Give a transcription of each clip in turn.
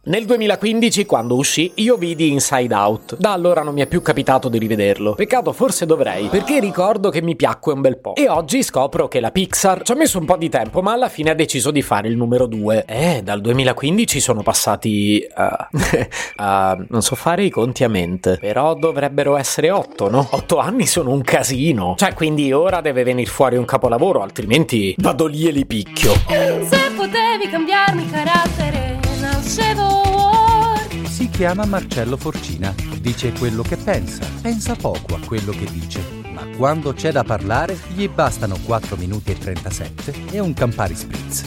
Nel 2015, quando uscì, io vidi Inside Out. Da allora non mi è più capitato di rivederlo. Peccato, forse dovrei, perché ricordo che mi piacque un bel po'. E oggi scopro che la Pixar ci ha messo un po' di tempo, ma alla fine ha deciso di fare il numero 2. Dal 2015 sono passati... non so fare i conti a mente, però dovrebbero essere 8, no? 8 anni sono un casino. Cioè, quindi ora deve venire fuori un capolavoro, altrimenti vado lì e li picchio. Se potevi cambiarmi carattere, nascevo Ward. Si chiama Marcello Forcina, dice quello che pensa poco a quello che dice, ma quando c'è da parlare gli bastano 4 minuti e 37 e un Campari Spritz.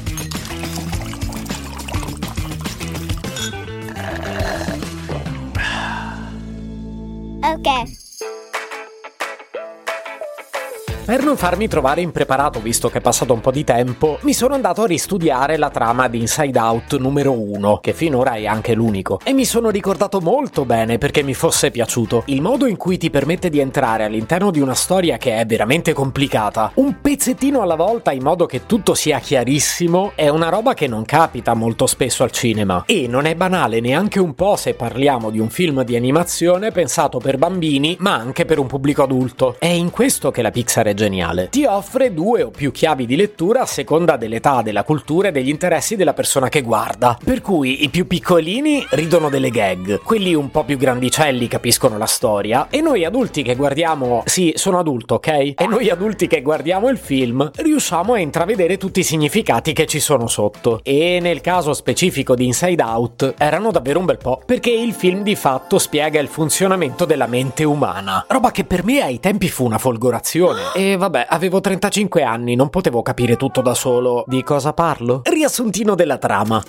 Ok. Per non farmi trovare impreparato, visto che è passato un po' di tempo, mi sono andato a ristudiare la trama di Inside Out numero 1, che finora è anche l'unico, e mi sono ricordato molto bene perché mi fosse piaciuto. Il modo in cui ti permette di entrare all'interno di una storia che è veramente complicata, un pezzettino alla volta in modo che tutto sia chiarissimo, è una roba che non capita molto spesso al cinema. E non è banale neanche un po' se parliamo di un film di animazione pensato per bambini, ma anche per un pubblico adulto. È in questo che la Pixar è geniale. Ti offre 2 o più chiavi di lettura a seconda dell'età, della cultura e degli interessi della persona che guarda. Per cui i più piccolini ridono delle gag, quelli un po' più grandicelli capiscono la storia, e noi adulti che guardiamo... Sì, sono adulto, ok? E noi adulti che guardiamo il film riusciamo a intravedere tutti i significati che ci sono sotto. E nel caso specifico di Inside Out erano davvero un bel po', perché il film di fatto spiega il funzionamento della mente umana, roba che per me ai tempi fu una folgorazione. E vabbè, avevo 35 anni, non potevo capire tutto da solo. Di cosa parlo? Riassuntino della trama.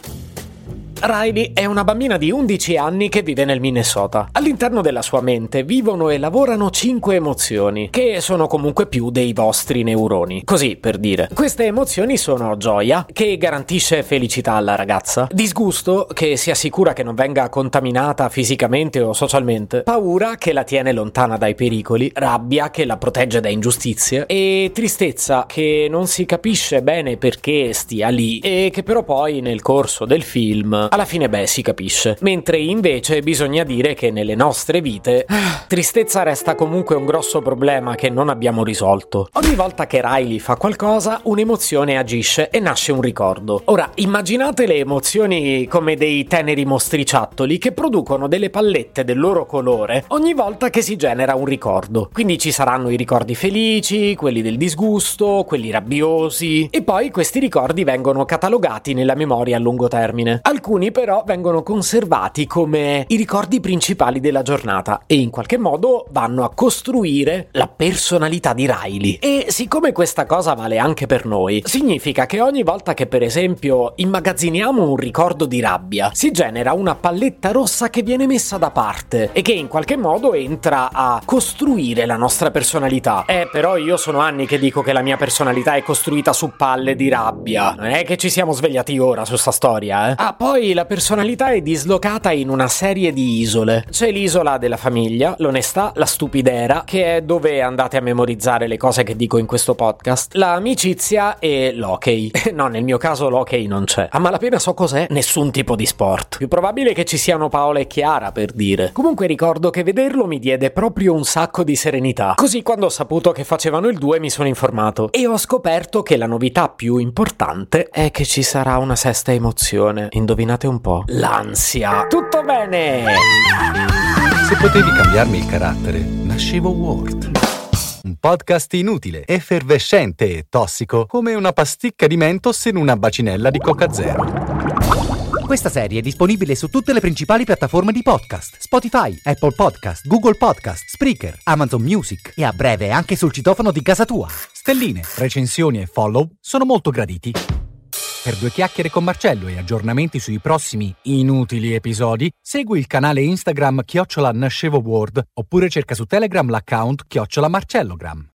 Riley è una bambina di 11 anni che vive nel Minnesota. All'interno della sua mente vivono e lavorano 5 emozioni, che sono comunque più dei vostri neuroni. Così, per dire. Queste emozioni sono gioia, che garantisce felicità alla ragazza, disgusto, che si assicura che non venga contaminata fisicamente o socialmente, paura, che la tiene lontana dai pericoli, rabbia, che la protegge da ingiustizie, e tristezza, che non si capisce bene perché stia lì, e che però poi nel corso del film alla fine si capisce. Mentre invece bisogna dire che nelle nostre vite tristezza resta comunque un grosso problema che non abbiamo risolto. Ogni volta che Riley fa qualcosa, un'emozione agisce e nasce un ricordo. Ora, immaginate le emozioni come dei teneri mostriciattoli che producono delle pallette del loro colore ogni volta che si genera un ricordo. Quindi ci saranno i ricordi felici, quelli del disgusto, quelli rabbiosi, e poi questi ricordi vengono catalogati nella memoria a lungo termine. Alcuni però vengono conservati come i ricordi principali della giornata e in qualche modo vanno a costruire la personalità di Riley. E siccome questa cosa vale anche per noi, significa che ogni volta che per esempio immagazziniamo un ricordo di rabbia, si genera una palletta rossa che viene messa da parte e che in qualche modo entra a costruire la nostra personalità. Però io sono anni che dico che la mia personalità è costruita su palle di rabbia. Non è che ci siamo svegliati ora su sta storia, poi la personalità è dislocata in una serie di isole. C'è l'isola della famiglia, l'onestà, la stupidera, che è dove andate a memorizzare le cose che dico in questo podcast, l'amicizia e l'hockey. No, nel mio caso l'hockey non c'è. A malapena so cos'è nessun tipo di sport. Più probabile che ci siano Paola e Chiara, per dire. Comunque ricordo che vederlo mi diede proprio un sacco di serenità. Così quando ho saputo che facevano il 2 mi sono informato e ho scoperto che la novità più importante è che ci sarà una sesta emozione. Indovinate un po'? L'ansia. Tutto bene! Se potevi cambiarmi il carattere, nascevo Ward. Un podcast inutile, effervescente e tossico, come una pasticca di Mentos in una bacinella di Coca Zero. Questa serie è disponibile su tutte le principali piattaforme di podcast: Spotify, Apple Podcast, Google Podcast, Spreaker, Amazon Music e a breve anche sul citofono di casa tua. Stelline, recensioni e follow sono molto graditi. Per 2 chiacchiere con Marcello e aggiornamenti sui prossimi inutili episodi, segui il canale Instagram @NascevoWord oppure cerca su Telegram l'account @MarcelloGram.